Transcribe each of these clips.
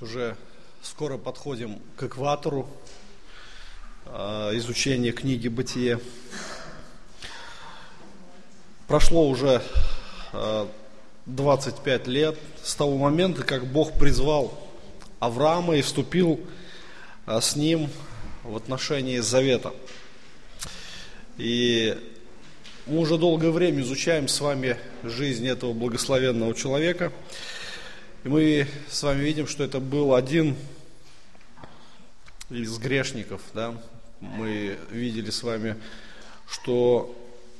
Уже скоро подходим к экватору изучения книги «Бытие». Прошло уже 25 лет с того момента, как Бог призвал Авраама и вступил с ним в отношении завета. И мы уже долгое время изучаем с вами жизнь этого благословенного человека. И мы с вами видим, что это был один из грешников. Да? Мы видели с вами, что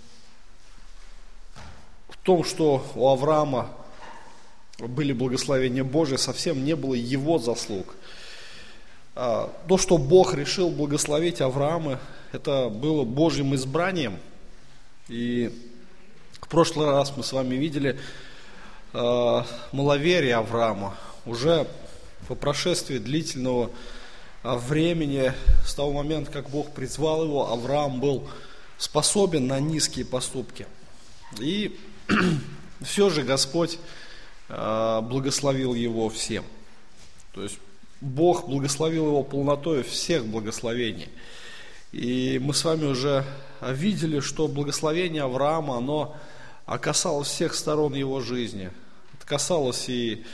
в том, что у Авраама были благословения Божии, совсем не было его заслуг. То, что Бог решил благословить Авраама, это было Божьим избранием. И в прошлый раз мы с вами видели маловерие Авраама. Уже по прошествии длительного времени, с того момента, как Бог призвал его, Авраам был способен на низкие поступки. И все же Господь благословил его всем. То есть Бог благословил его полнотой всех благословений. И мы с вами уже видели, что благословение Авраама, оно касалось всех сторон его жизни. Это касалось и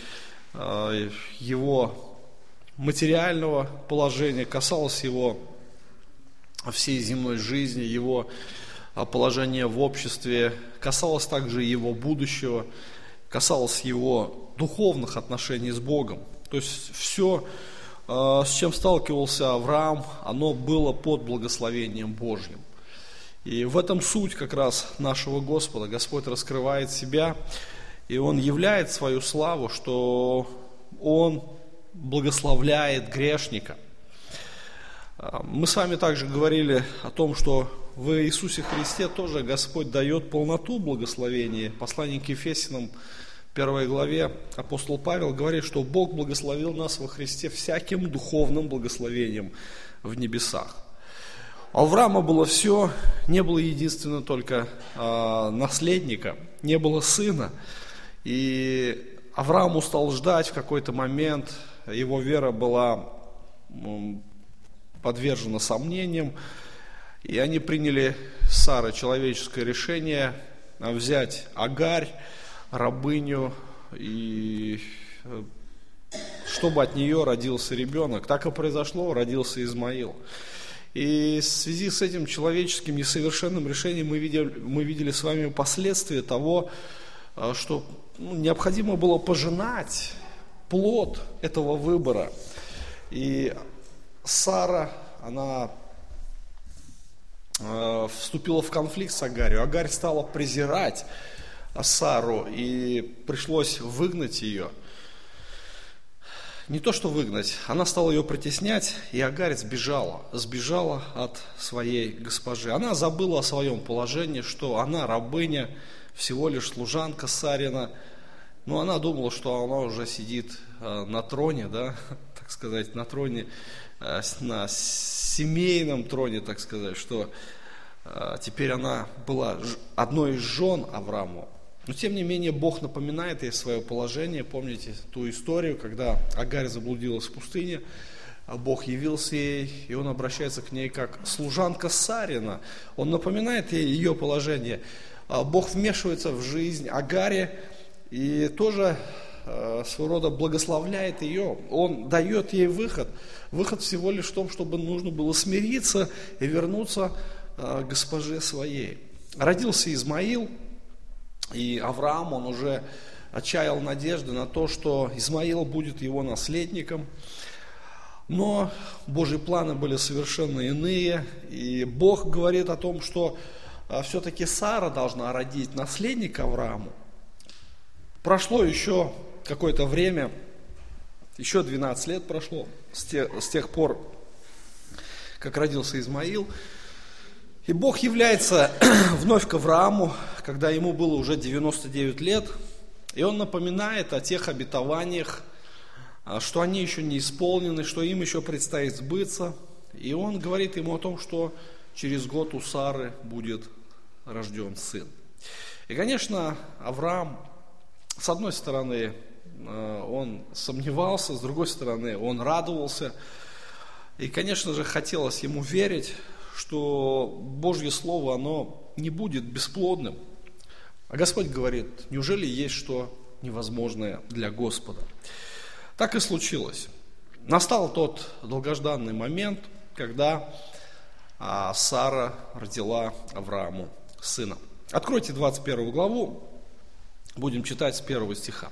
его материального положения, касалось его всей земной жизни, его положения в обществе, касалось также его будущего, касалось его духовных отношений с Богом. То есть все, с чем сталкивался Авраам, оно было под благословением Божьим. И в этом суть как раз нашего Господа. Господь раскрывает себя, и Он являет свою славу, что Он благословляет грешника. Мы с вами также говорили о том, что в Иисусе Христе тоже Господь дает полноту благословения. Послание к Ефесянам, 1 главе, апостол Павел говорит, что Бог благословил нас во Христе всяким духовным благословением в небесах. У Авраама было все, не было единственно только наследника, не было сына. И Авраам устал ждать в какой-то момент, его вера была подвержена сомнениям, и они приняли с Сарой человеческое решение взять Агарь, рабыню, и чтобы от нее родился ребенок. Так и произошло, родился Измаил. И в связи с этим человеческим несовершенным решением мы видели с вами последствия того, что необходимо было пожинать плод этого выбора. И Сара, она вступила в конфликт с Агарью. Агарь стала презирать Сару, и пришлось выгнать ее. Не то что выгнать, она стала ее притеснять, и Агарь сбежала от своей госпожи. Она забыла о своем положении, что она рабыня, всего лишь служанка Сарина. Но она думала, что она уже сидит на троне, да, так сказать, на троне, на семейном троне, так сказать, что теперь она была одной из жен Авраама. Но тем не менее Бог напоминает ей свое положение. Помните ту историю, когда Агарь заблудилась в пустыне, Бог явился ей, и Он обращается к ней как служанка Сарина. Он напоминает ей ее положение. Бог вмешивается в жизнь Агари и тоже своего рода благословляет ее. Он дает ей выход. Выход всего лишь в том, чтобы нужно было смириться и вернуться к госпоже своей. Родился Измаил. И Авраам, он уже отчаял надежды на то, что Измаил будет его наследником. Но Божьи планы были совершенно иные. И Бог говорит о том, что все-таки Сара должна родить наследника Аврааму. Прошло еще какое-то время, еще 12 лет прошло с тех пор, как родился Измаил. И Бог является вновь к Аврааму, когда ему было уже 99 лет, и он напоминает о тех обетованиях, что они еще не исполнены, что им еще предстоит сбыться. И он говорит ему о том, что через год у Сары будет рожден сын. И, конечно, Авраам, с одной стороны, он сомневался, с другой стороны, он радовался. И, конечно же, хотелось ему верить, что Божье Слово, оно не будет бесплодным. А Господь говорит, неужели есть что невозможное для Господа? Так и случилось. Настал тот долгожданный момент, когда Сара родила Аврааму сына. Откройте 21 главу, будем читать с 1 стиха.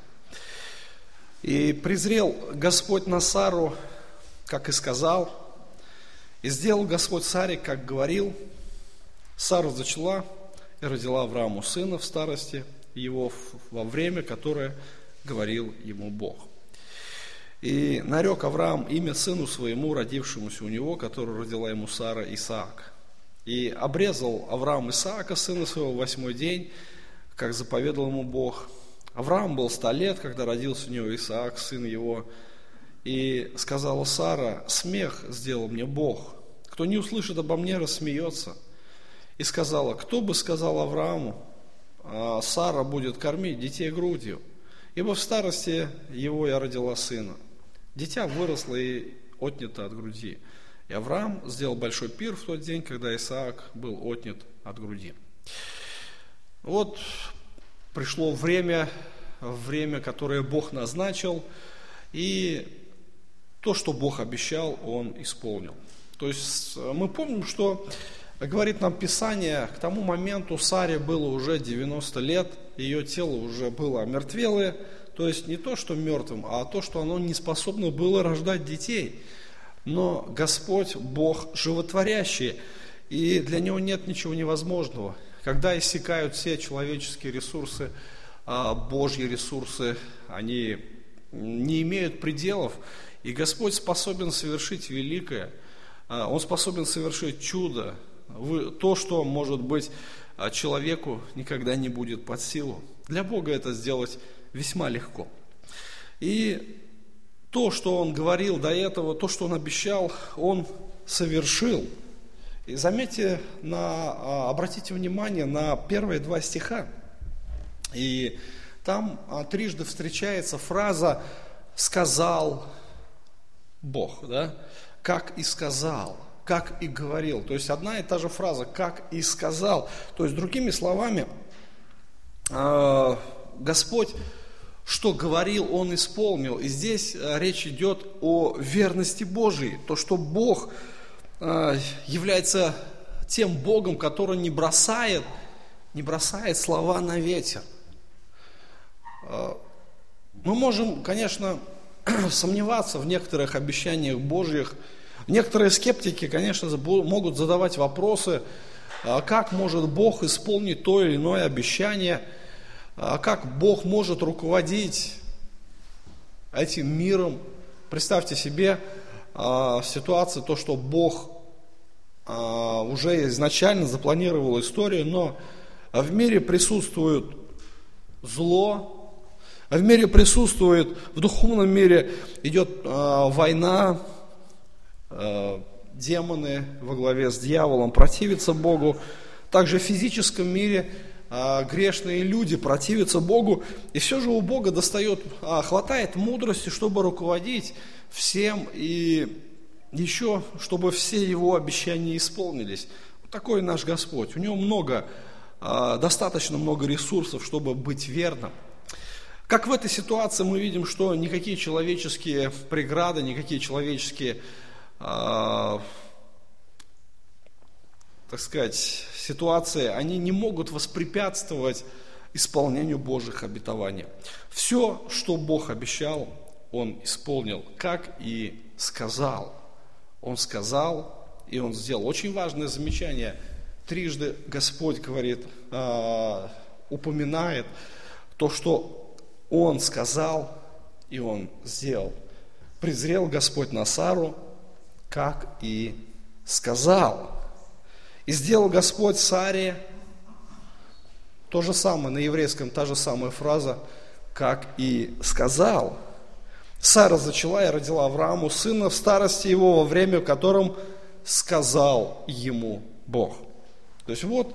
«И презрел Господь на Сару, как и сказал, и сделал Господь Саре, как говорил. Сара зачала и родила Аврааму сына в старости его во время, которое говорил ему Бог. И нарек Авраам имя сыну своему, родившемуся у него, которого родила ему Сара, Исаак. И обрезал Авраам Исаака, сына своего, в 8-й день, как заповедал ему Бог. Авраам был 100 лет, когда родился у него Исаак, сын его. И сказала Сара, смех сделал мне Бог. Кто не услышит обо мне, рассмеется. И сказала, кто бы сказал Аврааму, Сара будет кормить детей грудью, ибо в старости его я родила сына. Дитя выросло и отнято от груди. И Авраам сделал большой пир в тот день, когда Исаак был отнят от груди». Вот пришло время, которое Бог назначил, и то, что Бог обещал, Он исполнил. То есть мы помним, что говорит нам Писание, к тому моменту Саре было уже 90 лет, ее тело уже было омертвелое, то есть не то, что мертвым, а то, что оно не способно было рождать детей. Но Господь, Бог животворящий, и для Него нет ничего невозможного. Когда иссякают все человеческие ресурсы, Божьи ресурсы, они не имеют пределов, и Господь способен совершить великое, Он способен совершить чудо, то, что, может быть, человеку никогда не будет под силу. Для Бога это сделать весьма легко. И то, что Он говорил до этого, то, что Он обещал, Он совершил. И заметьте, обратите внимание на первые 2 стиха. И там трижды встречается фраза «сказал Бог», да? «Как и сказал», «как и говорил». То есть одна и та же фраза «как и сказал». То есть другими словами, Господь, что говорил, Он исполнил. И здесь речь идет о верности Божией. То, что Бог является тем Богом, который не бросает слова на ветер. Мы можем, конечно, сомневаться в некоторых обещаниях Божьих. Некоторые скептики, конечно, могут задавать вопросы, как может Бог исполнить то или иное обещание, как Бог может руководить этим миром. Представьте себе ситуацию, то, что Бог уже изначально запланировал историю, но в мире присутствует зло, в мире присутствует, в духовном мире идет война, демоны во главе с дьяволом противятся Богу, также в физическом мире грешные люди противятся Богу, и все же у Бога хватает мудрости, чтобы руководить всем, и еще, чтобы все Его обещания исполнились. Вот такой наш Господь. У Него достаточно много ресурсов, чтобы быть верным. Как в этой ситуации мы видим, что никакие человеческие преграды, никакие человеческие, ситуации, они не могут воспрепятствовать исполнению Божьих обетований. Все, что Бог обещал, Он исполнил, как и сказал. Он сказал, и Он сделал. Очень важное замечание. Трижды Господь говорит, упоминает то, что Он сказал, и Он сделал. Презрел Господь на Сару, как и сказал. И сделал Господь Саре то же самое, на еврейском та же самая фраза, как и сказал. Сара зачала и родила Аврааму сына в старости его, во время, в котором сказал ему Бог. То есть вот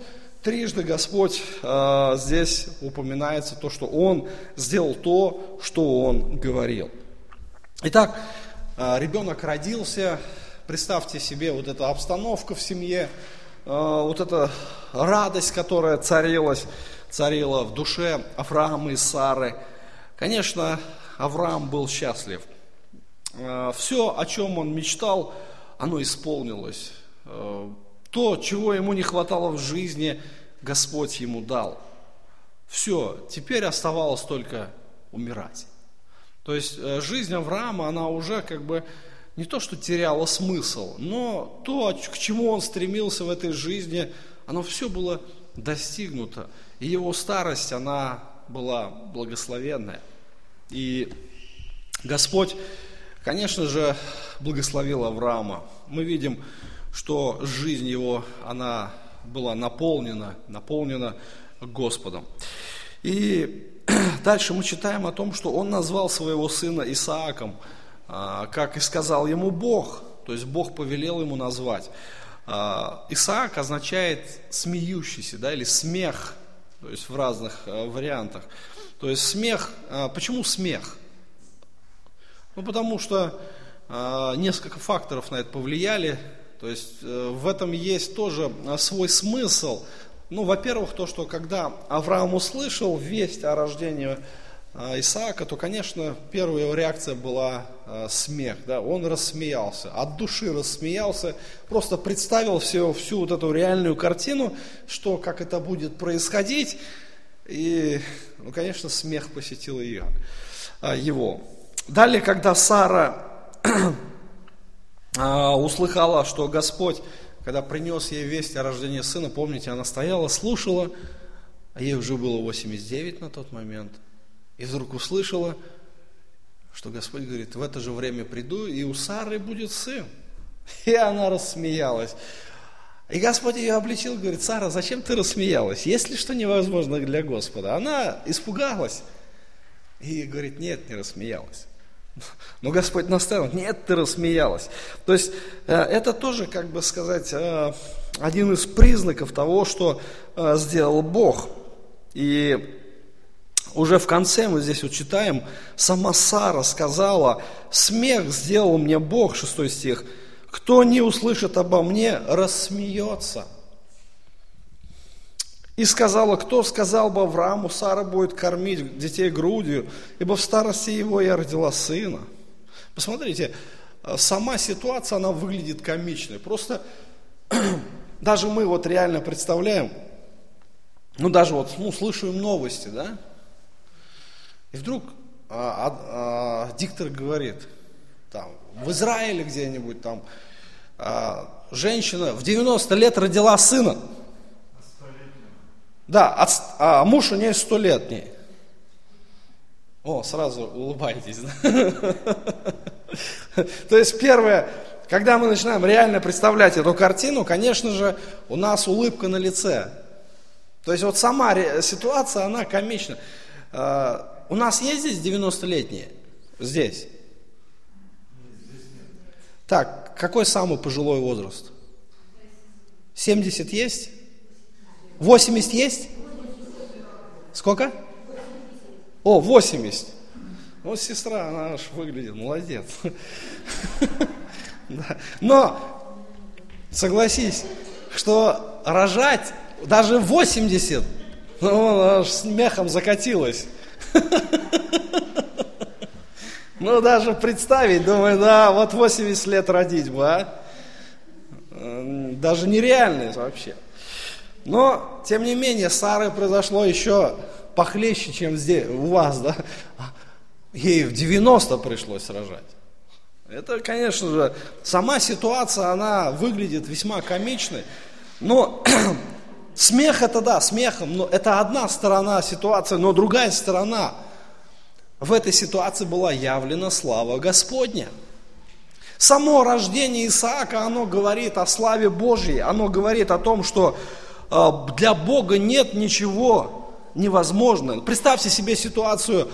трижды Господь здесь упоминается то, что Он сделал то, что Он говорил. Итак, ребенок родился, представьте себе вот эта обстановка в семье, вот эта радость, которая царила в душе Авраама и Сары. Конечно, Авраам был счастлив. Все, о чем он мечтал, оно исполнилось. То, чего ему не хватало в жизни, Господь ему дал. Все, теперь оставалось только умирать. То есть жизнь Авраама, она уже как бы не то, что теряла смысл, но то, к чему он стремился в этой жизни, оно все было достигнуто. И его старость, она была благословенная. И Господь, конечно же, благословил Авраама. Мы видим, что жизнь его, она была наполнена Господом. И дальше мы читаем о том, что он назвал своего сына Исааком, как и сказал ему Бог, то есть Бог повелел ему назвать. Исаак означает смеющийся, да, или смех, то есть в разных вариантах. То есть смех, почему смех? Ну, потому что несколько факторов на это повлияли, то есть в этом есть тоже свой смысл. Ну, во-первых, то, что когда Авраам услышал весть о рождении Исаака, то, конечно, первая его реакция была смех, да, он рассмеялся, от души рассмеялся, просто представил всю вот эту реальную картину, что, как это будет происходить, и, ну, конечно, смех посетил его. Далее, когда Сара услыхала, что Господь, когда принес ей весть о рождении сына, помните, она стояла, слушала, а ей уже было 89 на тот момент, и вдруг услышала, что Господь говорит: в это же время приду, и у Сары будет сын. И она рассмеялась. И Господь ее обличил, говорит: Сара, зачем ты рассмеялась? Есть ли что невозможно для Господа? Она испугалась и говорит: нет, не рассмеялась. Но Господь наставил: нет, ты рассмеялась. То есть это тоже, как бы сказать, один из признаков того, что сделал Бог. И уже в конце мы здесь вот читаем, сама Сара сказала: смех сделал мне Бог, 6 стих, кто не услышит обо мне, рассмеется. И сказала: кто сказал бы Аврааму, Сара будет кормить детей грудью, ибо в старости его я родила сына. Посмотрите, сама ситуация, она выглядит комичной. Просто даже мы вот реально представляем, ну даже вот, слышим новости, да? И вдруг диктор говорит, там, в Израиле где-нибудь, там, женщина в 90 лет родила сына. Да, а муж у нее 100-летний. О, сразу улыбаетесь, да? То есть первое, когда мы начинаем реально представлять эту картину, конечно же, у нас улыбка на лице. То есть вот сама ситуация, она комична. У нас есть здесь 90-летние? Здесь? Так, какой самый пожилой возраст? 70 есть? 80 есть? Сколько? О, 80. Вот сестра, она аж выглядит, молодец. Но, согласись, что рожать даже 80, аж смехом закатилась. Ну, даже представить, думаю, да, вот 80 лет родить бы, а? Даже нереально вообще. Но, тем не менее, с Сарой произошло еще похлеще, чем здесь, у вас, да? Ей в 90 пришлось рожать. Это, конечно же, сама ситуация, она выглядит весьма комичной. Но смех это да, смехом, но это одна сторона ситуации, но другая сторона. В этой ситуации была явлена слава Господня. Само рождение Исаака, оно говорит о славе Божьей, оно говорит о том, что для Бога нет ничего невозможного. Представьте себе ситуацию,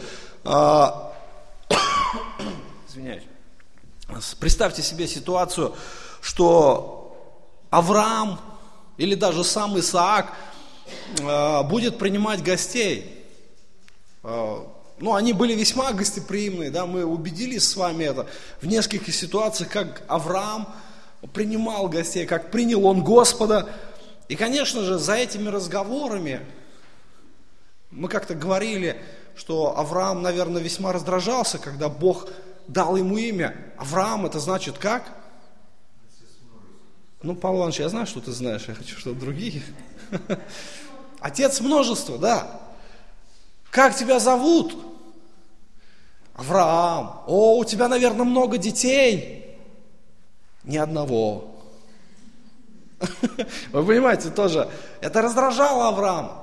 извиняюсь, представьте себе ситуацию, что Авраам или даже сам Исаак будет принимать гостей. Они были весьма гостеприимные, да, мы убедились с вами это в нескольких ситуациях, как Авраам принимал гостей, как принял он Господа. И, конечно же, за этими разговорами мы как-то говорили, что Авраам, наверное, весьма раздражался, когда Бог дал ему имя. Авраам, это значит как? Павел Иванович, я знаю, что ты знаешь, я хочу, чтобы другие. Отец множества, да. Как тебя зовут? Авраам. О, у тебя, наверное, много детей. Ни одного. Вы понимаете, тоже, это раздражало Авраама.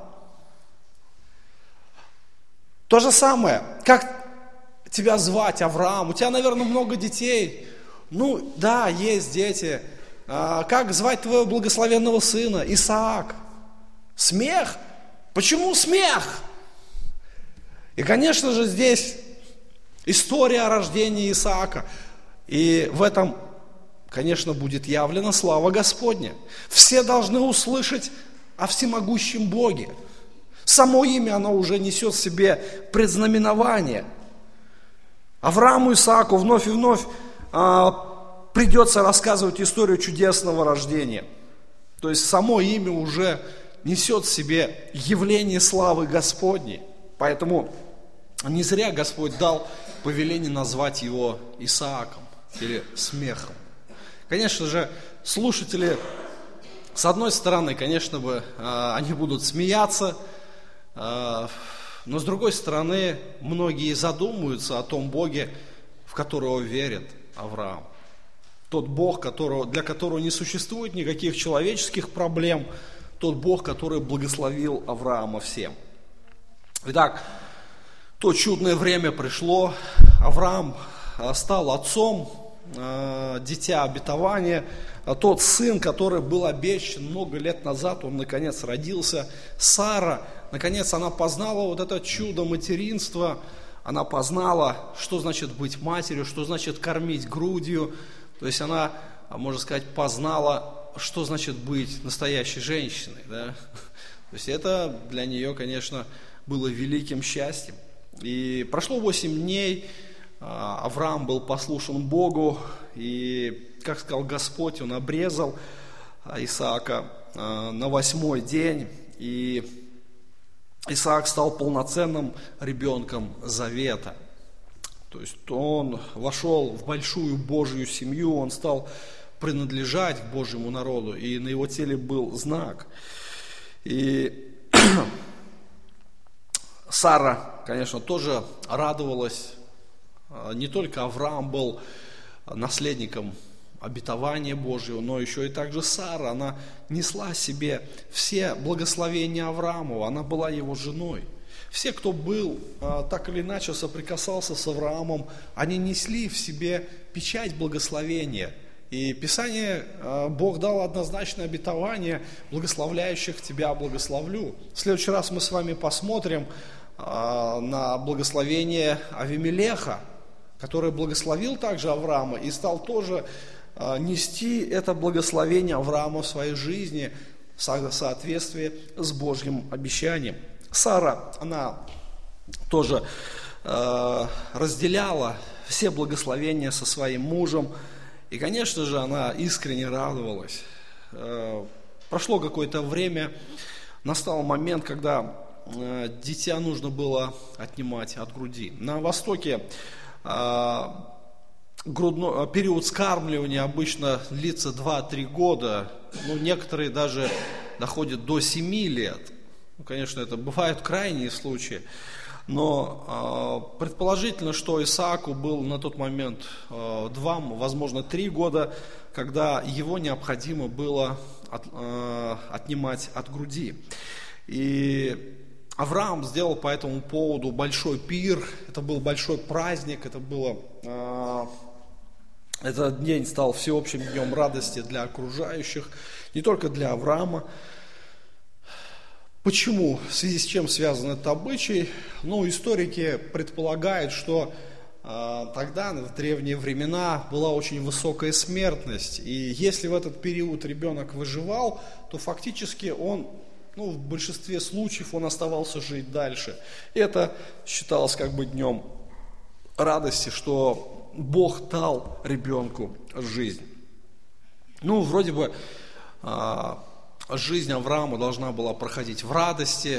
То же самое, как тебя звать, Авраам? У тебя, наверное, много детей. Да, есть дети. Как звать твоего благословенного сына? Исаак. Смех? Почему смех? И, конечно же, здесь история о рождении Исаака. И в этом, конечно, будет явлена слава Господня. Все должны услышать о всемогущем Боге. Само имя, оно уже несет в себе предзнаменование. Аврааму и Исааку вновь и вновь придется рассказывать историю чудесного рождения. То есть само имя уже несет в себе явление славы Господней. Поэтому не зря Господь дал повеление назвать его Исааком или смехом. Конечно же, слушатели, с одной стороны, конечно бы, они будут смеяться, но с другой стороны, многие задумаются о том Боге, в которого верит Авраам. Тот Бог, для которого не существует никаких человеческих проблем, тот Бог, который благословил Авраама всем. Итак, то чудное время пришло, Авраам стал отцом, дитя обетования, тот сын, который был обещан много лет назад, он наконец родился. Сара, наконец она познала вот это чудо материнства, она познала, что значит быть матерью, что значит кормить грудью, то есть она, можно сказать, познала, что значит быть настоящей женщиной. Да? То есть это для нее, конечно, было великим счастьем. И прошло 8 дней, Авраам был послушен Богу, и, как сказал Господь, он обрезал Исаака на 8-й день, и Исаак стал полноценным ребенком завета. То есть он вошел в большую Божью семью, он стал принадлежать к Божьему народу, и на его теле был знак. И Сара, конечно, тоже радовалась. Не только Авраам был наследником обетования Божьего, но еще и также Сара, она несла себе все благословения Авраамова, она была его женой. Все, кто был, так или иначе соприкасался с Авраамом, они несли в себе печать благословения. И Писание, Бог дал однозначное обетование: благословляющих тебя благословлю. В следующий раз мы с вами посмотрим на благословение Авимелеха, который благословил также Авраама и стал тоже нести это благословение Авраама в своей жизни в соответствии с Божьим обещанием. Сара, она тоже разделяла все благословения со своим мужем, и, конечно же, она искренне радовалась. Прошло какое-то время, настал момент, когда дитя нужно было отнимать от груди. На Востоке период скармливания обычно длится 2-3 года, некоторые даже доходят до 7 лет. Конечно, это бывают крайние случаи, но предположительно, что Исааку был на тот момент 2, возможно, 3 года, когда его необходимо было отнимать от груди. И Авраам сделал по этому поводу большой пир, это был большой праздник, этот день стал всеобщим днем радости для окружающих, не только для Авраама. Почему? В связи с чем связан этот обычай? Историки предполагают, что тогда, в древние времена, была очень высокая смертность. И если в этот период ребенок выживал, то фактически он в большинстве случаев он оставался жить дальше. Это считалось как бы днем радости, что Бог дал ребенку жизнь. Вроде бы жизнь Авраама должна была проходить в радости.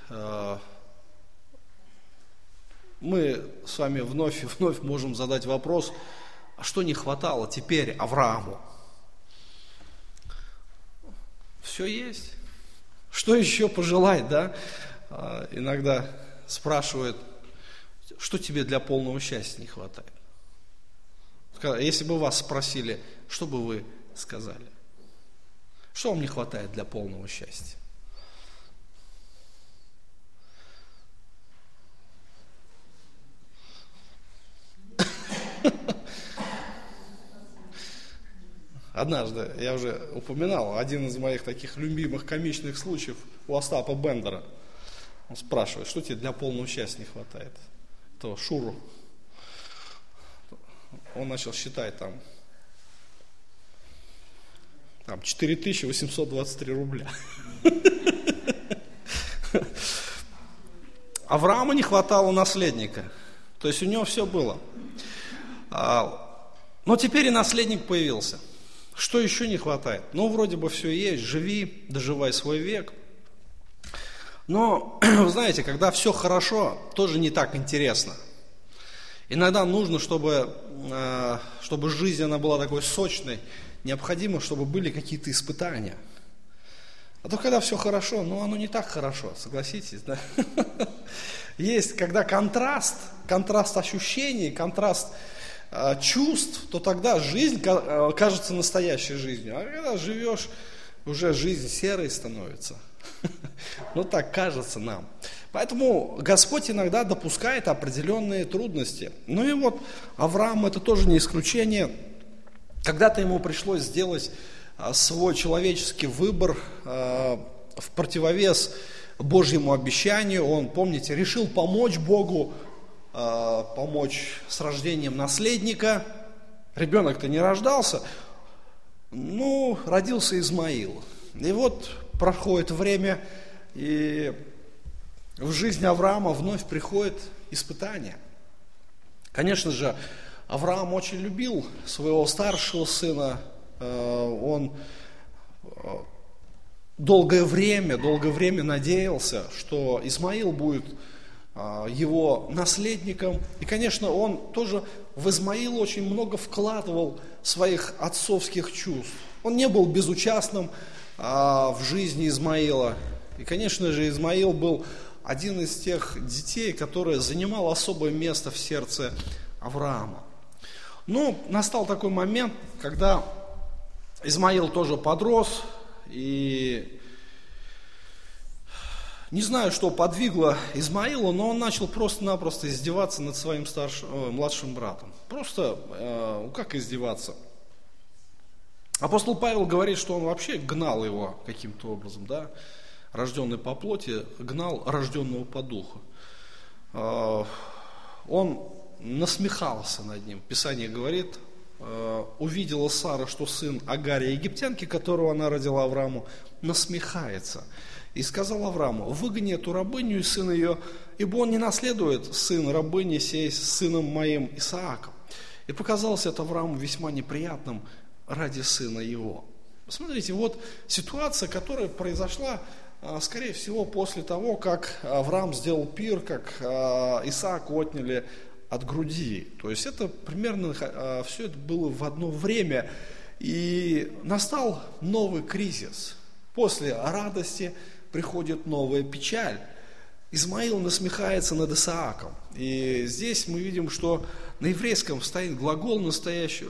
Мы с вами вновь и вновь можем задать вопрос, а что не хватало теперь Аврааму? Все есть. Что еще пожелать, да? Иногда спрашивают, что тебе для полного счастья не хватает? Если бы вас спросили, что бы вы сказали? Что вам не хватает для полного счастья? Однажды, я уже упоминал, один из моих таких любимых комичных случаев у Остапа Бендера. Он спрашивает, что тебе для полного счастья не хватает? То Шуру. Он начал считать там 4823 рубля. Аврааму не хватало наследника. То есть у него все было. Но теперь и наследник появился. Что еще не хватает? Вроде бы все есть, живи, доживай свой век. Но, вы знаете, когда все хорошо, тоже не так интересно. Иногда нужно, чтобы жизнь она была такой сочной, необходимо, чтобы были какие-то испытания. А то, когда все хорошо, оно не так хорошо, согласитесь, да? Есть, когда контраст ощущений, контраст чувств, то тогда жизнь кажется настоящей жизнью. А когда живешь, уже жизнь серой становится. Так кажется нам. Поэтому Господь иногда допускает определенные трудности. Авраам это тоже не исключение. Когда-то ему пришлось сделать свой человеческий выбор в противовес Божьему обещанию. Он, помните, решил помочь Богу, помочь с рождением наследника. Ребенок-то не рождался, родился Измаил. И проходит время, и в жизнь Авраама вновь приходит испытание. Конечно же, Авраам очень любил своего старшего сына. Он долгое время надеялся, что Измаил будет его наследником. И, конечно, он тоже в Измаила очень много вкладывал своих отцовских чувств. Он не был безучастным в жизни Измаила. И, конечно же, Измаил был один из тех детей, который занимал особое место в сердце Авраама. Настал такой момент, когда Измаил тоже подрос, и не знаю, что подвигло Измаила, но он начал просто-напросто издеваться над своим младшим братом. Просто, как издеваться? Апостол Павел говорит, что он вообще гнал его каким-то образом, да? Рожденный по плоти гнал рожденного по духу. Он насмехался над ним. Писание говорит, увидела Сара, что сын Агария египтянки, которого она родила Аврааму, насмехается. И сказал Аврааму, выгони эту рабыню и сына ее, ибо он не наследует сын рабыни сей с сыном моим Исааком. И показалось это Аврааму весьма неприятным ради сына его. Посмотрите, ситуация, которая произошла, скорее всего, после того, как Авраам сделал пир, как Исааку отняли от груди. То есть это примерно, все это было в одно время. И настал новый кризис. После радости приходит новая печаль. Измаил насмехается над Исааком. И здесь мы видим, что на еврейском стоит глагол настоящий,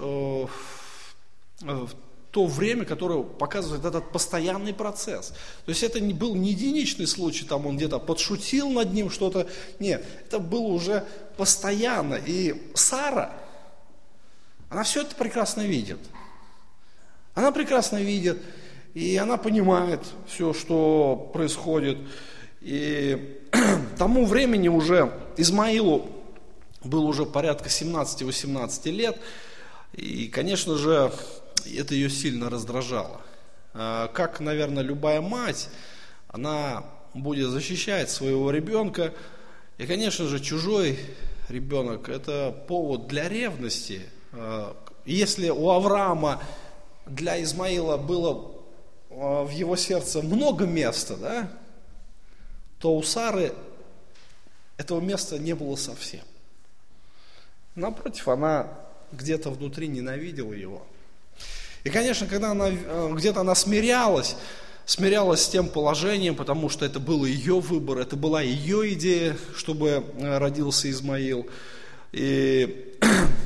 в то время, которое показывает этот постоянный процесс. То есть это не был не единичный случай, там он где-то подшутил над ним что-то. Нет, это было уже постоянно. И Сара, она все это прекрасно видит. Она прекрасно видит, и она понимает все, что происходит. И к тому времени уже Измаилу было уже порядка 17-18 лет. И, конечно же, это ее сильно раздражало. Как, наверное, любая мать, она будет защищать своего ребенка. И, конечно же, чужой ребенок – это повод для ревности. Если у Авраама для Измаила было в его сердце много места, да, то у Сары этого места не было совсем. Напротив, она где-то внутри ненавидела его. И, конечно, когда где-то она смирялась с тем положением, потому что это был ее выбор, это была ее идея, чтобы родился Измаил. И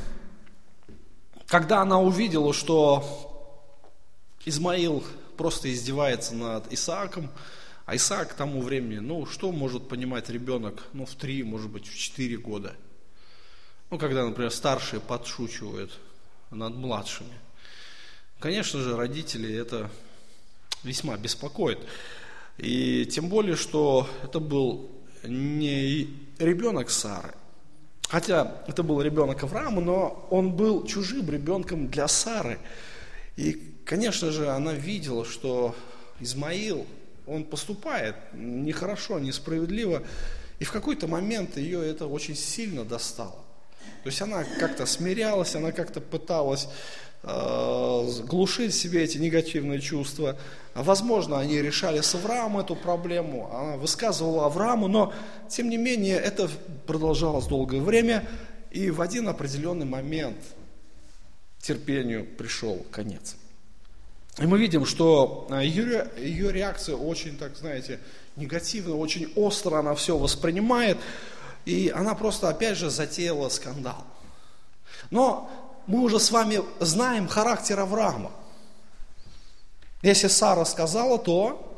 когда она увидела, что Измаил просто издевается над Исааком, а Исаак к тому времени, что может понимать ребенок, в 3, может быть, в 4 года. Когда, например, старшие подшучивают над младшими. Конечно же, родители это весьма беспокоит. И тем более, что это был не ребенок Сары. Хотя это был ребенок Авраама, но он был чужим ребенком для Сары. И, конечно же, она видела, что Измаил, он поступает нехорошо, несправедливо. И в какой-то момент ее это очень сильно достало. То есть она как-то смирялась, она как-то пыталась глушить в себе эти негативные чувства. Возможно, они решали с Авраамом эту проблему, она высказывала Аврааму, но, тем не менее, это продолжалось долгое время, и в один определенный момент терпению пришел конец. И мы видим, что ее реакция очень, так знаете, негативно, очень остро она все воспринимает, и она просто, опять же, затеяла скандал. Но мы уже с вами знаем характер Авраама. Если Сара сказала, то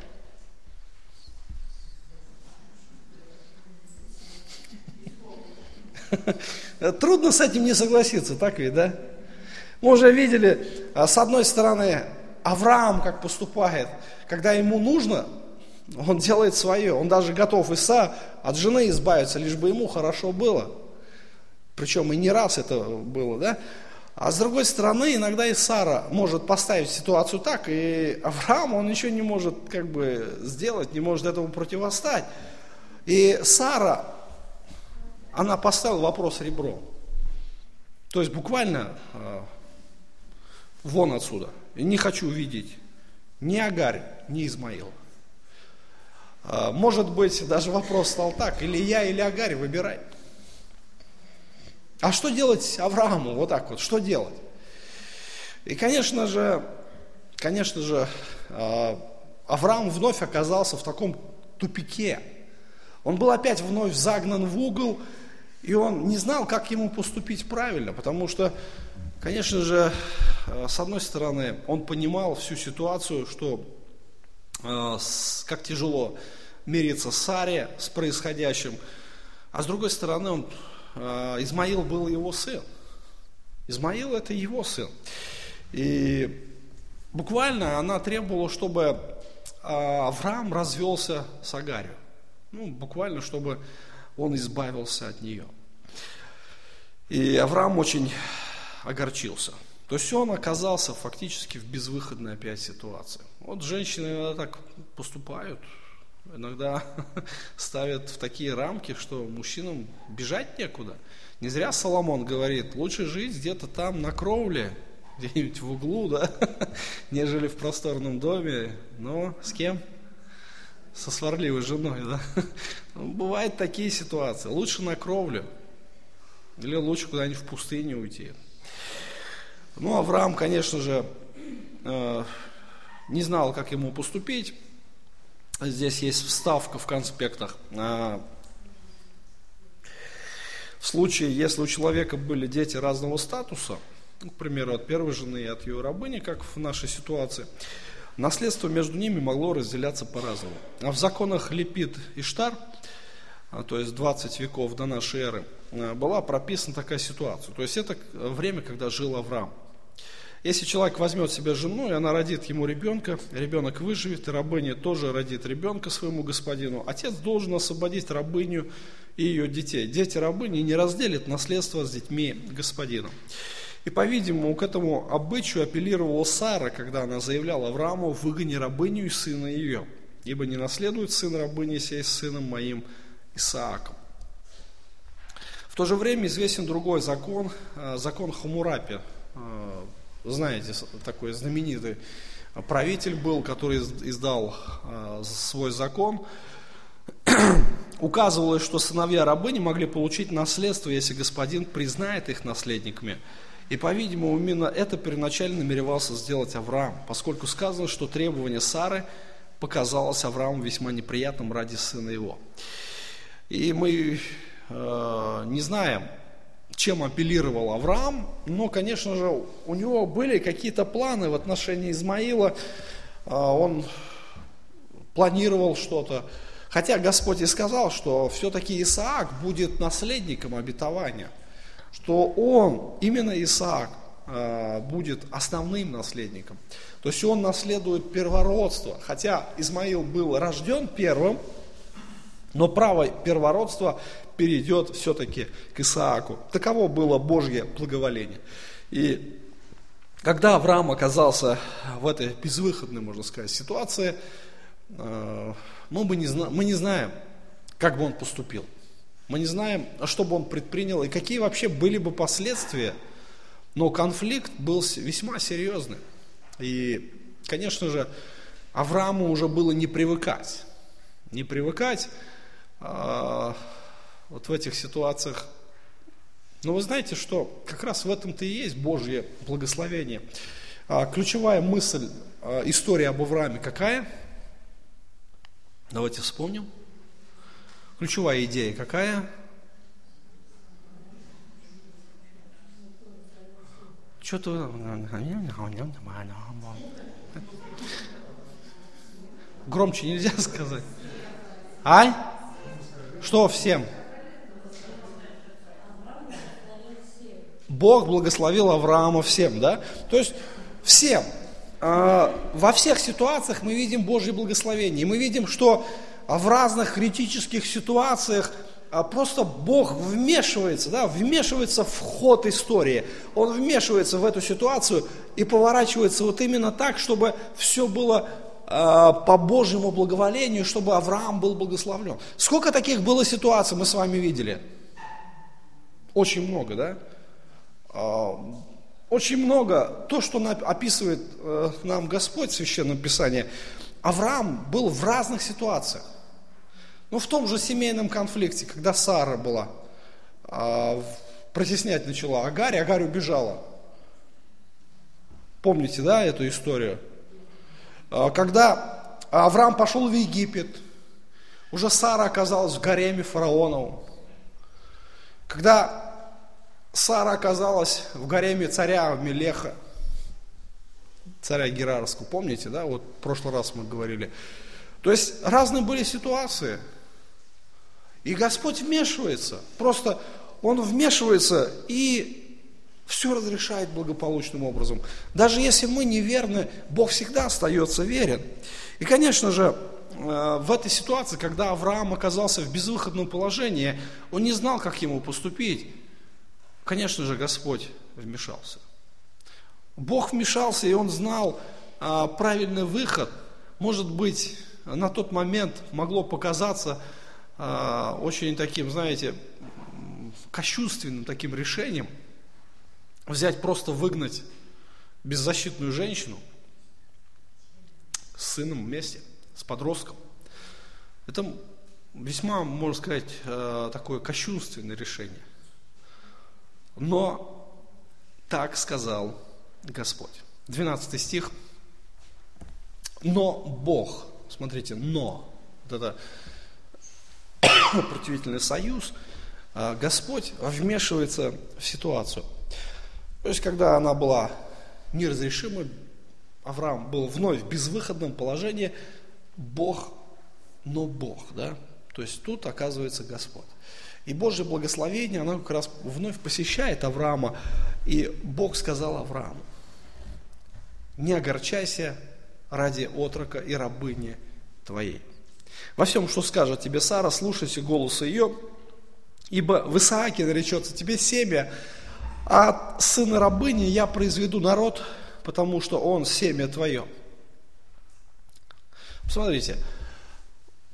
трудно с этим не согласиться, так ведь, да? Мы уже видели, с одной стороны, Авраам как поступает, когда ему нужно, он делает свое, он даже готов от жены избавиться, лишь бы ему хорошо было. Причем и не раз это было, да? А с другой стороны, иногда и Сара может поставить ситуацию так, и Авраам, он ничего не может сделать, не может этому противостать. И Сара, она поставила вопрос ребром. То есть буквально вон отсюда. Не хочу видеть ни Агарь, ни Измаила. Может быть, даже вопрос стал так, или я, или Агарь, выбирай. А что делать Аврааму? Вот так вот, что делать? И, конечно же, Авраам вновь оказался в таком тупике. Он был опять вновь загнан в угол, и он не знал, как ему поступить правильно, потому что, конечно же, с одной стороны, он понимал всю ситуацию, что как тяжело мириться Саре с происходящим, а с другой стороны, Измаил был его сын. Измаил это его сын. И буквально она требовала, чтобы Авраам развелся с Агарью. Буквально, чтобы он избавился от нее. И Авраам очень огорчился. То есть он оказался фактически в безвыходной опять ситуации. Вот женщины иногда так поступают, иногда ставят в такие рамки, что мужчинам бежать некуда. Не зря Соломон говорит, лучше жить где-то там на кровле, где-нибудь в углу, да, нежели в просторном доме, но с кем? Со сварливой женой, да. Бывают такие ситуации. Лучше на кровле, или лучше куда-нибудь в пустыню уйти. Авраам, конечно же, не знал, как ему поступить. Здесь есть вставка в конспектах. В случае, если у человека были дети разного статуса, к примеру, от первой жены и от ее рабыни, как в нашей ситуации, наследство между ними могло разделяться по-разному. А в законах Лепит Иштар, то есть 20 веков до нашей эры, была прописана такая ситуация. То есть это время, когда жил Авраам. Если человек возьмет себе жену, и она родит ему ребенка, ребенок выживет, и рабыня тоже родит ребенка своему господину, отец должен освободить рабыню и ее детей. Дети рабыни не разделят наследство с детьми господина. И, по-видимому, к этому обычаю апеллировала Сара, когда она заявляла Аврааму: выгони рабыню и сына ее. ибо не наследует сын рабыни сей с сыном моим Исааком». В то же время известен другой закон, закон Хаммурапи. Знаете, такой знаменитый правитель был, который издал свой закон. Указывалось, что сыновья рабыни могли получить наследство, если господин признает их наследниками. И, по-видимому, именно это первоначально намеревался сделать Авраам, поскольку сказано, что требование Сары показалось Аврааму весьма неприятным ради сына его. И мы не знаем, чем апеллировал Авраам, но, конечно же, у него были какие-то планы в отношении Измаила, он планировал что-то, хотя Господь и сказал, что все-таки Исаак будет наследником обетования, что он, именно Исаак, будет основным наследником, то есть он наследует первородство, хотя Измаил был рожден первым, но право первородства перейдет все-таки к Исааку. Таково было Божье благоволение. И когда Авраам оказался в этой безвыходной, можно сказать, ситуации, мы не знаем, как бы он поступил. Мы не знаем, что бы он предпринял и какие вообще были бы последствия. Но конфликт был весьма серьезный. И, конечно же, Аврааму уже было не привыкать. Не привыкать вот в этих ситуациях. Но вы знаете, что как раз в этом-то и есть Божье благословение. Ключевая мысль истории об Аврааме какая? Давайте вспомним. Ключевая идея какая? Что-то громче нельзя сказать. Ай? Что всем? Бог благословил Авраама всем, да? То есть всем. Во всех ситуациях мы видим Божье благословение. И мы видим, что в разных критических ситуациях просто Бог вмешивается, да, вмешивается в ход истории. Он вмешивается в эту ситуацию и поворачивается вот именно так, чтобы все было по Божьему благоволению, чтобы Авраам был благословлен. Сколько таких было ситуаций мы с вами видели? Очень много, да? Очень много. То, что описывает нам Господь в Священном Писании, Авраам был в разных ситуациях. Ну, в том же семейном конфликте, когда Сара была, притеснять начала Агарь убежала. Помните, да, эту историю? Когда Авраам пошел в Египет, уже Сара оказалась в гареме фараоновом. Когда Сара оказалась в гареме царя Мелеха, царя Герарского, помните, да, вот в прошлый раз мы говорили. То есть разные были ситуации. И Господь вмешивается, просто Он вмешивается и все разрешает благополучным образом. Даже если мы неверны, Бог всегда остается верен. И, конечно же, в этой ситуации, когда Авраам оказался в безвыходном положении, он не знал, как ему поступить. Конечно же, Господь вмешался. Бог вмешался, и Он знал правильный выход. Может быть, на тот момент могло показаться очень таким, знаете, кощунственным таким решением взять, просто выгнать беззащитную женщину с сыном вместе, с подростком. Это весьма, можно сказать, такое кощунственное решение. Но так сказал Господь. 12 стих. Но Бог, смотрите, но, вот это противительный союз, Господь вмешивается в ситуацию. То есть, когда она была неразрешимой, Авраам был вновь в безвыходном положении, Бог, да, то есть тут оказывается Господь. И Божье благословение, оно как раз вновь посещает Авраама, и Бог сказал Аврааму: не огорчайся ради отрока и рабыни твоей. Во всем, что скажет тебе Сара, слушайся голоса ее, ибо в Исааке наречется тебе семя, а от сына рабыни я произведу народ, потому что он семя твое. Посмотрите,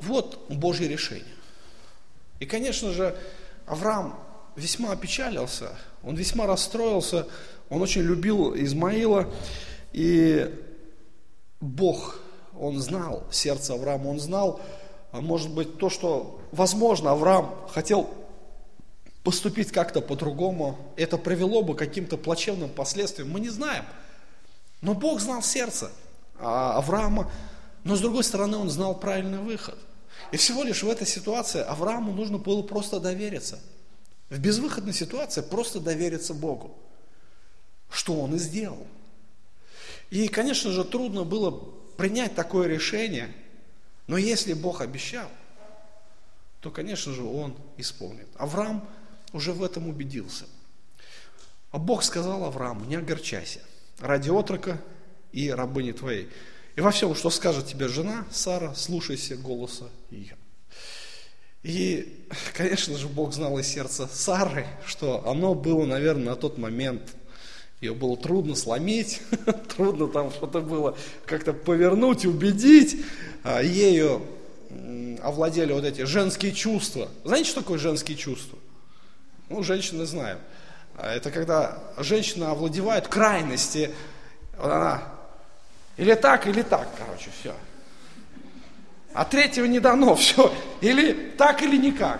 Вот Божье решение. И, конечно же, Авраам весьма опечалился, он весьма расстроился, он очень любил Измаила, и Бог, он знал сердце Авраама, он знал, может быть, то, что, возможно, Авраам хотел поступить как-то по-другому, это привело бы к каким-то плачевным последствиям, мы не знаем. Но Бог знал сердце Авраама, но с другой стороны, он знал правильный выход. И всего лишь в этой ситуации Аврааму нужно было просто довериться. В безвыходной ситуации просто довериться Богу, что он и сделал. И, конечно же, трудно было принять такое решение, но если Бог обещал, то, конечно же, Он исполнит. Авраам уже в этом убедился. А Бог сказал Аврааму: не огорчайся ради отрока и рабыни твоей. И во всем, что скажет тебе жена Сара, слушайся голоса ее. И, конечно же, Бог знал из сердца Сары, что оно было, наверное, на тот момент, ее было трудно сломить, трудно там что-то было как-то повернуть, убедить. Ею овладели вот эти женские чувства. Знаете, что такое женские чувства? Ну, женщины знают. Это когда женщина овладевает крайности, она или так, короче, все. А третьего не дано, все. Или так, или никак.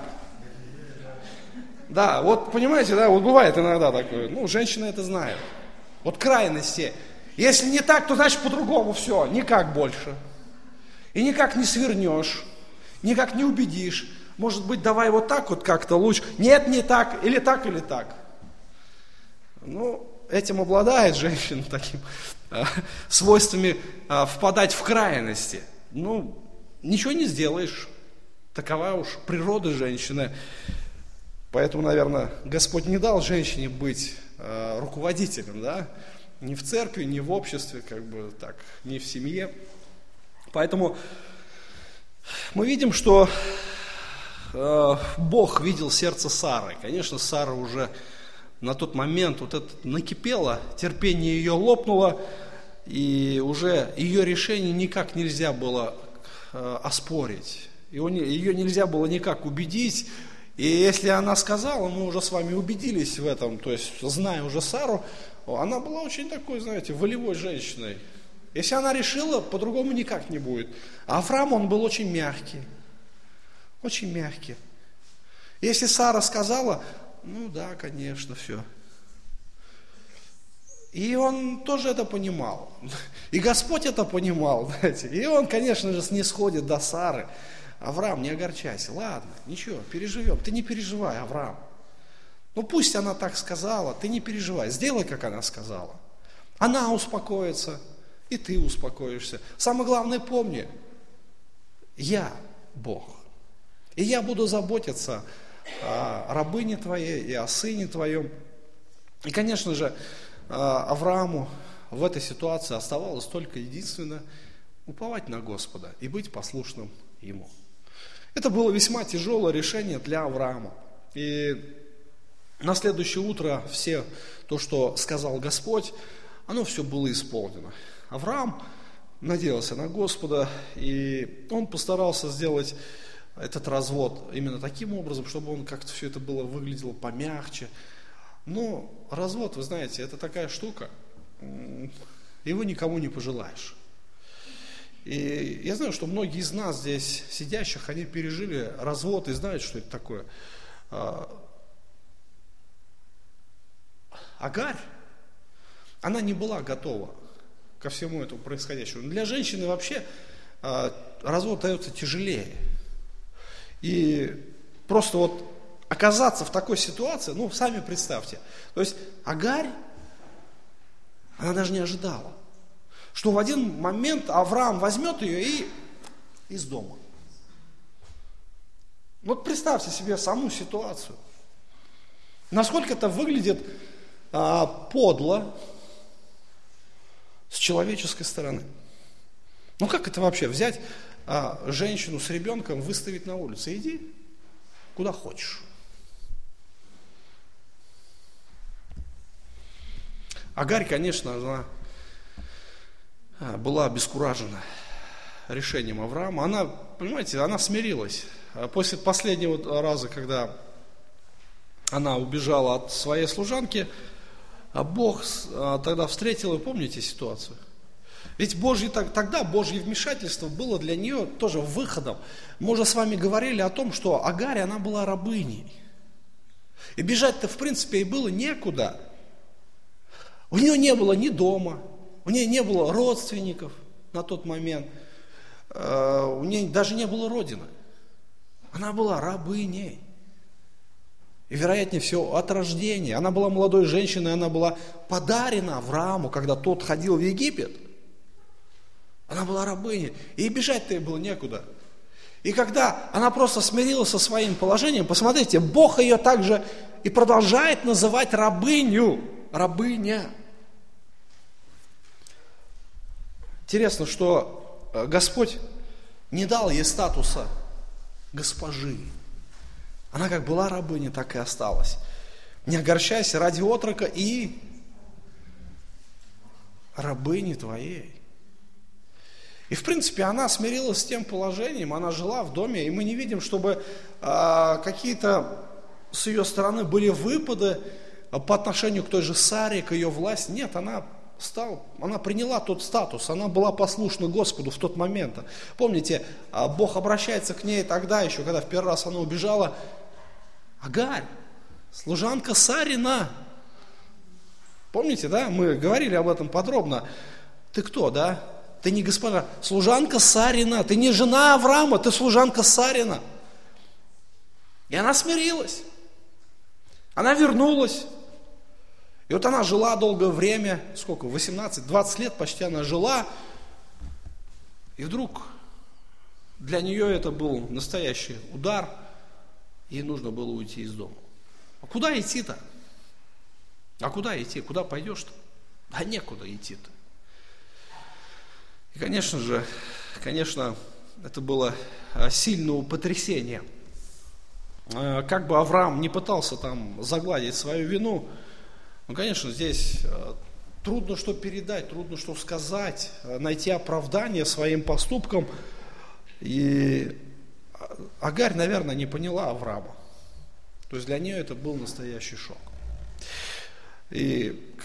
Да, вот понимаете, да, вот бывает иногда такое. Ну, женщины это знают. Вот крайности. Если не так, то значит по-другому все, никак больше. И никак не свернешь, никак не убедишь. Может быть, давай вот так вот как-то лучше. Нет, не так, или так, или так. Ну, этим обладает женщина таким свойствами впадать в крайности. Ну, ничего не сделаешь. Такова уж природа женщины. Поэтому, наверное, Господь не дал женщине быть руководителем, да? Ни в церкви, ни в обществе, как бы так, ни в семье. Поэтому мы видим, что Бог видел сердце Сары. Конечно, Сара уже на тот момент вот это накипело, терпение ее лопнуло, и уже ее решение никак нельзя было оспорить. Ее нельзя было никак убедить. И если она сказала, мы уже с вами убедились в этом, то есть зная уже Сару, она была очень такой, знаете, волевой женщиной. Если она решила, по-другому никак не будет. А Авраам, он был очень мягкий. Очень мягкий. Если Сара сказала, ну да, конечно, все. И он тоже это понимал. И Господь это понимал, знаете. И он, конечно же, снисходит до Сары. Авраам, не огорчайся, ладно, ничего, переживем. Ты не переживай, Авраам. Ну пусть она так сказала, ты не переживай, сделай, как она сказала. Она успокоится, и ты успокоишься. Самое главное, помни, я Бог. И я буду заботиться о рабыне твоей и о сыне твоем. И, конечно же, Аврааму в этой ситуации оставалось только единственное уповать на Господа и быть послушным Ему. Это было весьма тяжелое решение для Авраама. И на следующее утро все то, что сказал Господь, оно все было исполнено. Авраам надеялся на Господа, и он постарался сделать этот развод именно таким образом, чтобы он как-то все это было выглядело помягче. Но развод, вы знаете, это такая штука, его никому не пожелаешь. И я знаю, что многие из нас здесь сидящих, они пережили развод и знают, что это такое. Агарь, она не была готова ко всему этому происходящему. Для женщины вообще развод дается тяжелее. И просто вот оказаться в такой ситуации, ну, сами представьте. То есть Агарь, она даже не ожидала, что в один момент Авраам возьмет ее и из дома. Вот представьте себе саму ситуацию. Насколько это выглядит подло с человеческой стороны. Ну как это вообще взять женщину с ребенком, выставить на улицу? Иди куда хочешь. Агарь, конечно, она была обескуражена. решением Авраама. Она, понимаете, она смирилась. После последнего раза, когда она убежала от своей служанки, Бог тогда встретил ее, помните ситуацию? Ведь тогда Божье вмешательство было для нее тоже выходом. Мы уже с вами говорили о том, что Агарь, она была рабыней. И бежать-то, в принципе, ей было некуда. У нее не было ни дома, у нее не было родственников на тот момент, у нее даже не было родины. Она была рабыней. И, вероятнее всего, от рождения. Она была молодой женщиной, она была подарена Аврааму, когда тот ходил в Египет. Она была рабыней, и бежать-то ей было некуда. И когда она просто смирилась со своим положением, посмотрите, Бог ее также и продолжает называть рабыню, рабыня. Интересно, что Господь не дал ей статуса госпожи. Она как была рабыней, так и осталась. Не огорчайся ради отрока и рабыни твоей. И, в принципе, она смирилась с тем положением, она жила в доме, и мы не видим, чтобы какие-то с ее стороны были выпады по отношению к той же Саре, к ее власти. Нет, она приняла тот статус, она была послушна Господу в тот момент. Помните, Бог обращается к ней тогда еще, когда в первый раз она убежала: Агарь, служанка Сарина. Помните, да? Мы говорили об этом подробно. Ты кто, да? Ты не госпожа, служанка Сарина, ты не жена Авраама, ты служанка Сарина. И она смирилась. Она вернулась. И вот она жила долгое время, сколько, 18-20 лет почти она жила. И вдруг для нее это был настоящий удар. Ей нужно было уйти из дома. А куда идти-то? А куда идти? Куда пойдешь-то? А некуда идти-то. И, конечно, это было сильное потрясение. Как бы Авраам не пытался там загладить свою вину, но, конечно, здесь трудно что передать, трудно что сказать, найти оправдание своим поступкам. И Агарь, наверное, не поняла Авраама. То есть для нее это был настоящий шок. И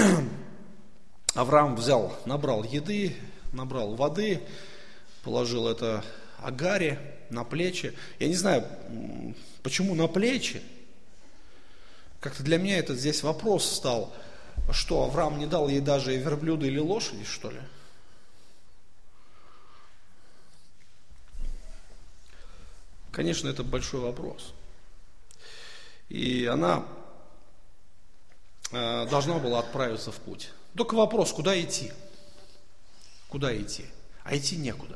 Авраам набрал еды, набрал воды, положил это Агаре на плечи. Я не знаю, почему на плечи. Как-то для меня это здесь вопрос стал, что Авраам не дал ей даже верблюда или лошади, что ли? Конечно, это большой вопрос. И она должна была отправиться в путь. Только вопрос, куда идти? Куда идти? А идти некуда.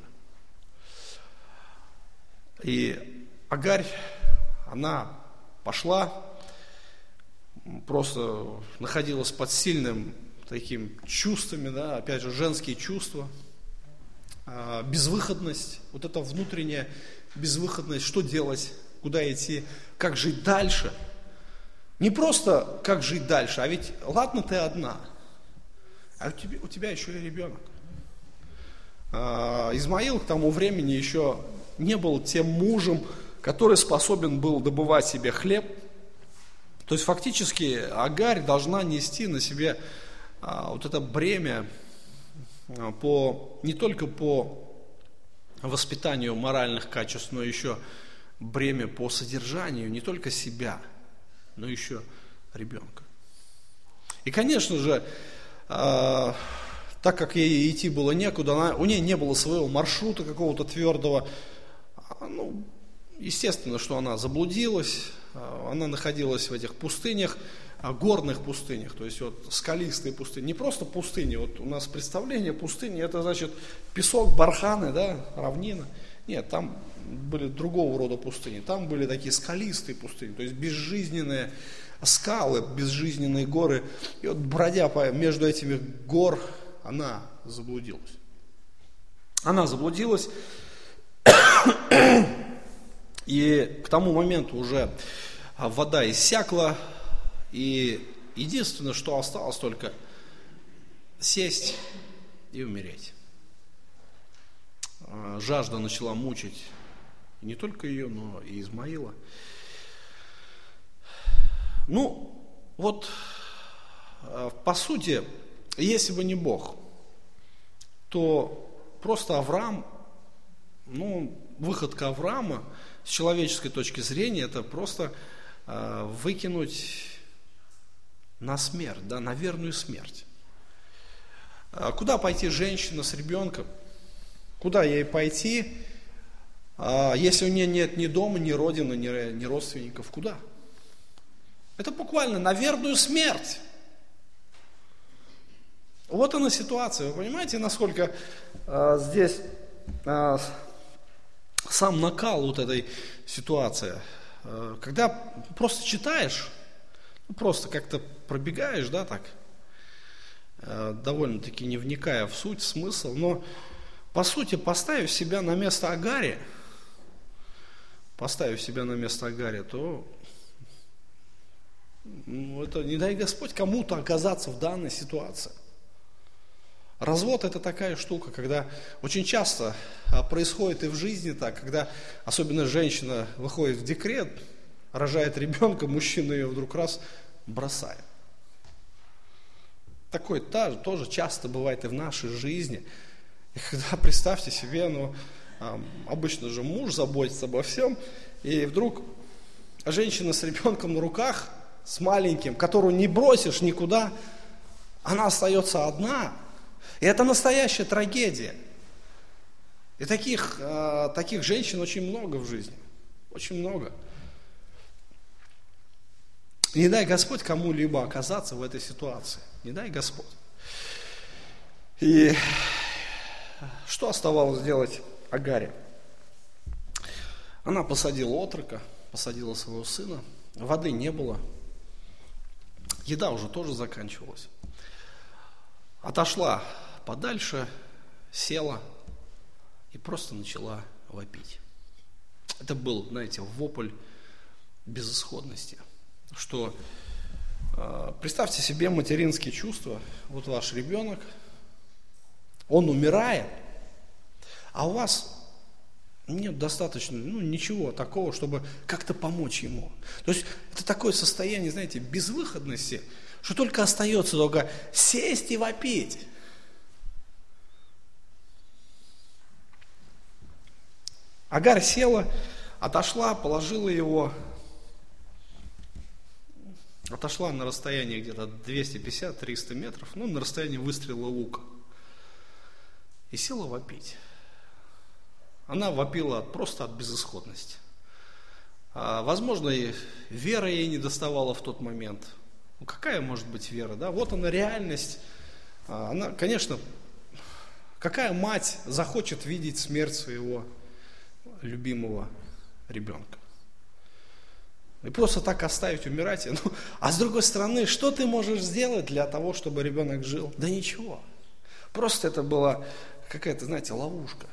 И Агарь, она пошла, просто находилась под сильным таким чувствами, да, опять же, женские чувства, безвыходность, вот эта внутренняя безвыходность, что делать, куда идти, как жить дальше. Не просто как жить дальше, а ведь ладно ты одна, а у тебя еще и ребенок. Измаил к тому времени еще не был тем мужем, который способен был добывать себе хлеб. То есть фактически Агарь должна нести на себе вот это бремя не только по воспитанию моральных качеств, но еще бремя по содержанию не только себя, но еще ребенка. И, конечно же, так как ей идти было некуда, у нее не было своего маршрута какого-то твердого, естественно, что она заблудилась, она находилась в этих пустынях, горных пустынях, то есть вот скалистые пустыни, не просто пустыни, вот у нас представление пустыни, это значит песок, барханы, да, равнина. Нет, там были другого рода пустыни, там были такие скалистые пустыни, то есть безжизненные скалы, безжизненные горы. И вот бродя между этими гор, она заблудилась. Она заблудилась, и к тому моменту уже вода иссякла, и единственное, что осталось, только сесть и умереть. жажда начала мучить не только ее, но и Измаила. Ну, вот, по сути, если бы не Бог, то просто Авраам, выходка Авраама с человеческой точки зрения, это просто выкинуть на смерть, да, на верную смерть. Куда пойти женщина с ребенком? Куда ей пойти, если у нее нет ни дома, ни родины, ни родственников? Куда? Это буквально на верную смерть. Вот она ситуация. Вы понимаете, насколько здесь сам накал вот этой ситуации. Когда просто читаешь, просто как-то пробегаешь, да, так, довольно-таки не вникая в суть, в смысл, но по сути, поставив себя на место Агари, то это не дай Господь кому-то оказаться в данной ситуации. Развод — это такая штука, когда очень часто происходит и в жизни так, когда особенно женщина выходит в декрет, рожает ребенка, мужчина ее вдруг раз бросает. Такое тоже часто бывает и в нашей жизни. И когда, представьте себе, обычно же муж заботится обо всем, и вдруг женщина с ребенком на руках, с маленьким, которую не бросишь никуда, она остается одна. И это настоящая трагедия. И таких женщин очень много в жизни. Очень много. Не дай Господь кому-либо оказаться в этой ситуации. Не дай Господь. И что оставалось делать Агаре? Она посадила отрока, посадила своего сына. Воды не было. Еда уже тоже заканчивалась. Отошла подальше, села и просто начала вопить. Это был, знаете, вопль безысходности. Что, представьте себе материнские чувства. Вот ваш ребенок, он умирает, а у вас нет достаточно, ничего такого, чтобы как-то помочь ему. То есть это такое состояние, знаете, безвыходности, что только остается только сесть и вопить. Агар села, отошла, положила его, отошла на расстояние где-то 250-300 метров, на расстоянии выстрела лука, и села вопить. Она вопила просто от безысходности. Возможно, и вера ей не доставала в тот момент. Какая может быть вера, да? Вот она реальность. Она, конечно, какая мать захочет видеть смерть своего любимого ребенка? И просто так оставить умирать. А с другой стороны, что ты можешь сделать для того, чтобы ребенок жил? Да ничего. Просто это была какая-то, знаете, ловушка.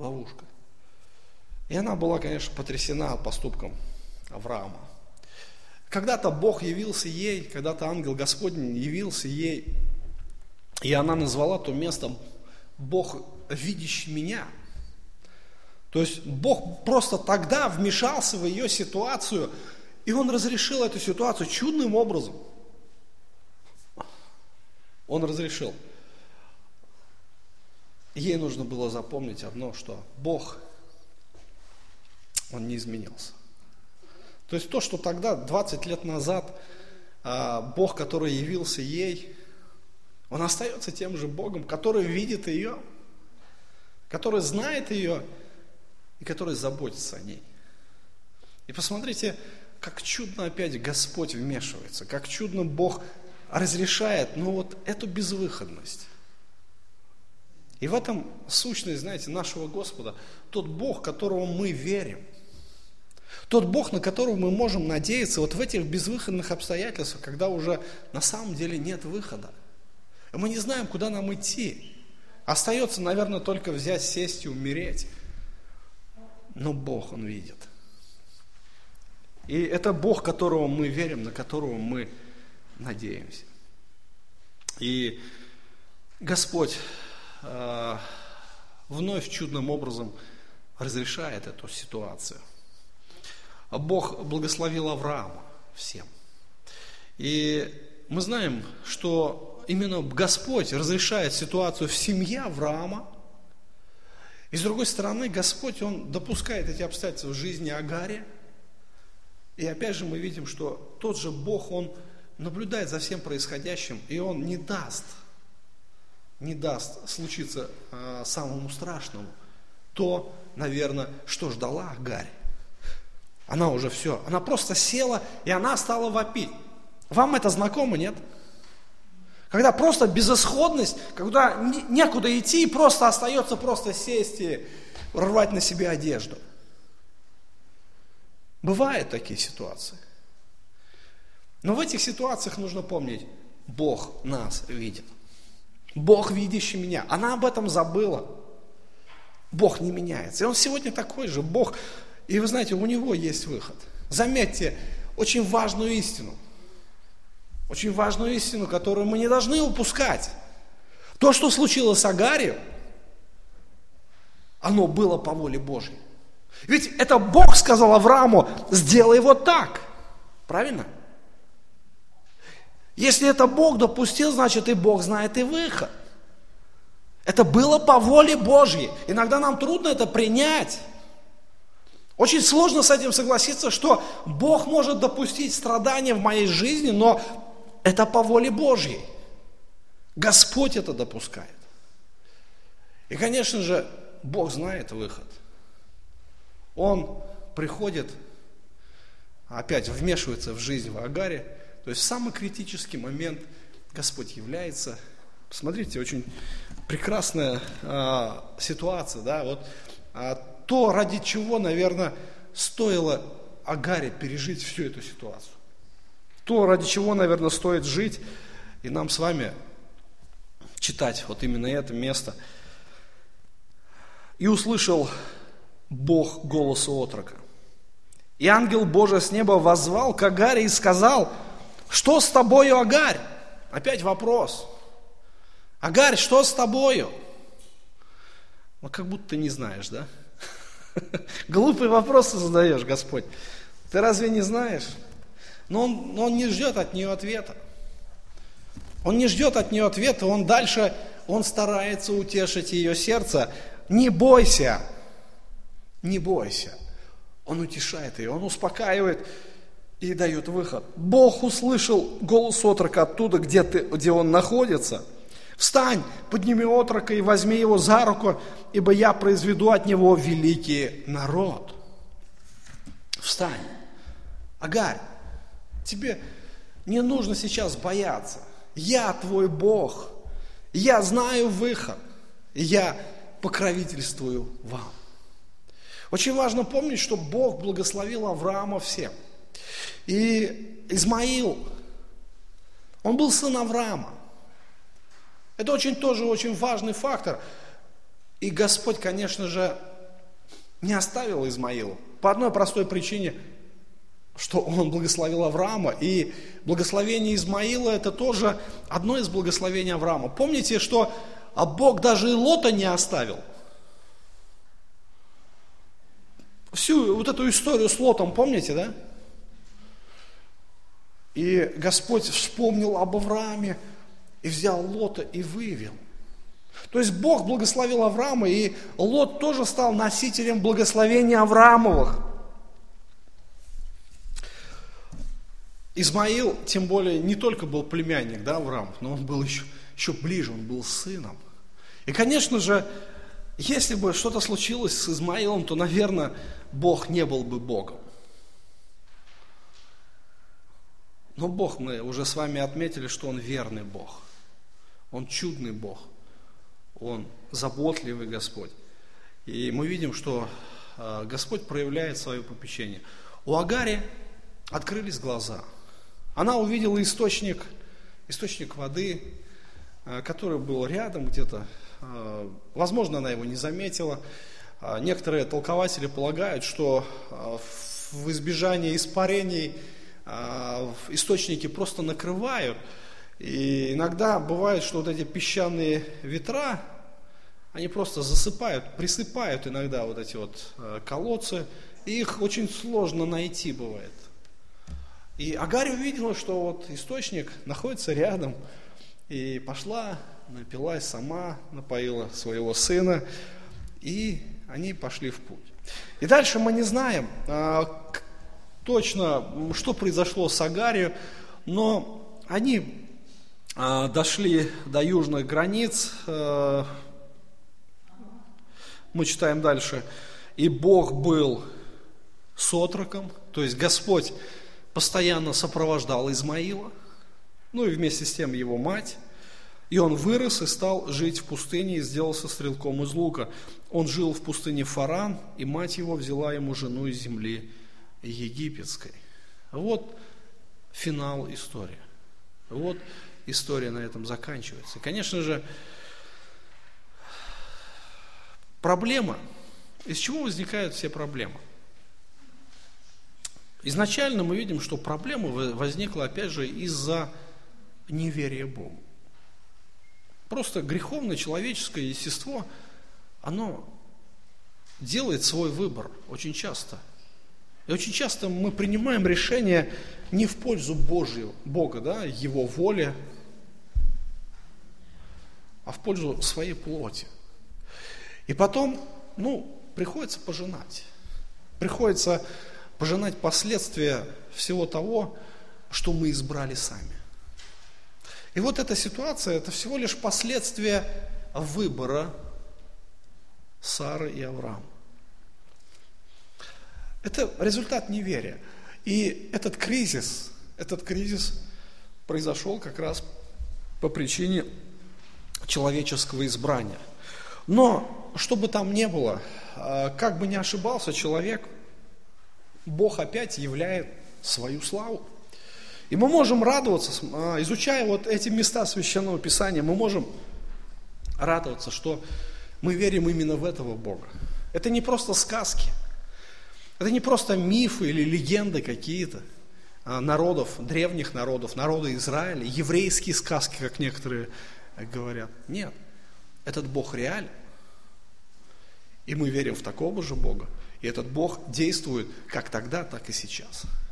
И она была, конечно, потрясена поступком Авраама. Когда-то Бог явился ей, когда-то ангел Господень явился ей, и она назвала то место «Бог, видящий меня». То есть Бог просто тогда вмешался в ее ситуацию, и Он разрешил эту ситуацию чудным образом. Он разрешил. Ей нужно было запомнить одно, что Бог, Он не изменился. То есть то, что тогда, 20 лет назад, Бог, который явился ей, Он остается тем же Богом, который видит ее, который знает ее и который заботится о ней. И посмотрите, как чудно опять Господь вмешивается, как чудно Бог разрешает, эту безвыходность. И в этом сущность, знаете, нашего Господа, тот Бог, которому мы верим, тот Бог, на которого мы можем надеяться вот в этих безвыходных обстоятельствах, когда уже на самом деле нет выхода. И мы не знаем, куда нам идти. Остается, наверное, только взять, сесть и умереть. Но Бог, Он видит. И это Бог, которого мы верим, на которого мы надеемся. И Господь вновь чудным образом разрешает эту ситуацию. Бог благословил Авраама всем. И мы знаем, что именно Господь разрешает ситуацию в семье Авраама. И с другой стороны, Господь, Он допускает эти обстоятельства в жизни Агаре. И опять же мы видим, что тот же Бог, Он наблюдает за всем происходящим, и Он не даст случиться самому страшному. То, наверное, что ждала Агарь. Она уже все, она просто села, и она стала вопить. Вам это знакомо, нет? Когда просто безысходность, когда некуда идти, просто остается просто сесть и рвать на себе одежду. Бывают такие ситуации. Но в этих ситуациях нужно помнить, Бог нас видит. Бог, видящий меня. Она об этом забыла. Бог не меняется. И Он сегодня такой же. Бог, и вы знаете, у Него есть выход. Заметьте, очень важную истину. Очень важную истину, которую мы не должны упускать. То, что случилось с Агарью, оно было по воле Божьей. Ведь это Бог сказал Аврааму, сделай вот так. Правильно? Если это Бог допустил, значит и Бог знает и выход. Это было по воле Божьей. Иногда нам трудно это принять. Очень сложно с этим согласиться, что Бог может допустить страдания в моей жизни, но это по воле Божьей. Господь это допускает. И, конечно же, Бог знает выход. Он приходит, опять вмешивается в жизнь в Агаре. То есть в самый критический момент Господь является. Посмотрите, очень прекрасная ситуация. Да? Вот, то, ради чего, наверное, стоило Агаре пережить всю эту ситуацию. То, ради чего, наверное, стоит жить, и нам с вами читать вот именно это место. «И услышал Бог голос отрока. И ангел Божий с неба воззвал к Агаре и сказал, что с тобою, Агарь?» Опять вопрос. Агарь, что с тобою? Ну, как будто ты не знаешь, да? Глупые вопросы задаешь, Господь. Ты разве не знаешь? Но он не ждет от нее ответа. Он не ждет от нее ответа, он старается утешить ее сердце. Не бойся, не бойся. Он утешает ее, он успокаивает и дает выход. Бог услышал голос отрока оттуда, где он находится. Встань, подними отрока и возьми его за руку, ибо я произведу от него великий народ. Встань. Агарь, тебе не нужно сейчас бояться. Я твой Бог. Я знаю выход. Я покровительствую вам. Очень важно помнить, что Бог благословил Авраама всем. И Измаил, он был сын Авраама. Это тоже очень важный фактор. И Господь, конечно же, не оставил Измаила. По одной простой причине, что он благословил Авраама. И благословение Измаила это тоже одно из благословений Авраама. Помните, что Бог даже и Лота не оставил? Всю вот эту историю с Лотом, помните, да? И Господь вспомнил об Аврааме и взял Лота и вывел. То есть Бог благословил Авраама, и Лот тоже стал носителем благословения Авраамовых. Измаил, тем более, не только был племянник, да, Авраам, но он был еще ближе, он был сыном. И, конечно же, если бы что-то случилось с Измаилом, то, наверное, Бог не был бы Богом. Но Бог, мы уже с вами отметили, что Он верный Бог. Он чудный Бог. Он заботливый Господь. И мы видим, что Господь проявляет свое попечение. У Агари открылись глаза. Она увидела источник воды, который был рядом где-то. Возможно, она его не заметила. Некоторые толкователи полагают, что в избежание испарений источники просто накрывают. И иногда бывает, что вот эти песчаные ветра, Они просто присыпают иногда вот эти вот колодцы, и их очень сложно найти бывает. И Агарь увидела, что вот источник находится рядом, и пошла, напилась сама, напоила своего сына, и они пошли в путь. И дальше мы не знаем точно, что произошло с Агарью, но они дошли до южных границ. Мы читаем дальше. И Бог был с отроком, то есть Господь постоянно сопровождал Измаила, ну и вместе с тем его мать. И он вырос и стал жить в пустыне и сделался стрелком из лука. Он жил в пустыне Фаран, и мать его взяла ему жену из земли египетской. Вот финал истории. Вот история на этом заканчивается. И, конечно же, проблема. Из чего возникают все проблемы? Изначально мы видим, что проблема возникла, опять же, из-за неверия Богу. Просто греховное человеческое естество, оно делает свой выбор очень часто. И очень часто мы принимаем решение не в пользу Бога, да, Его воли, а в пользу своей плоти. И потом, приходится пожинать. Приходится пожинать последствия всего того, что мы избрали сами. И вот эта ситуация, это всего лишь последствия выбора Сары и Авраама. Это результат неверия. И этот кризис произошел как раз по причине человеческого избрания. Но, что бы там ни было, как бы ни ошибался человек, Бог опять являет свою славу. И мы можем радоваться, изучая вот эти места Священного Писания, мы можем радоваться, что мы верим именно в этого Бога. Это не просто сказки, это не просто мифы или легенды какие-то народов, древних народов, народа Израиля, еврейские сказки, как некоторые говорят. Нет, этот Бог реален. И мы верим в такого же Бога. И этот Бог действует как тогда, так и сейчас.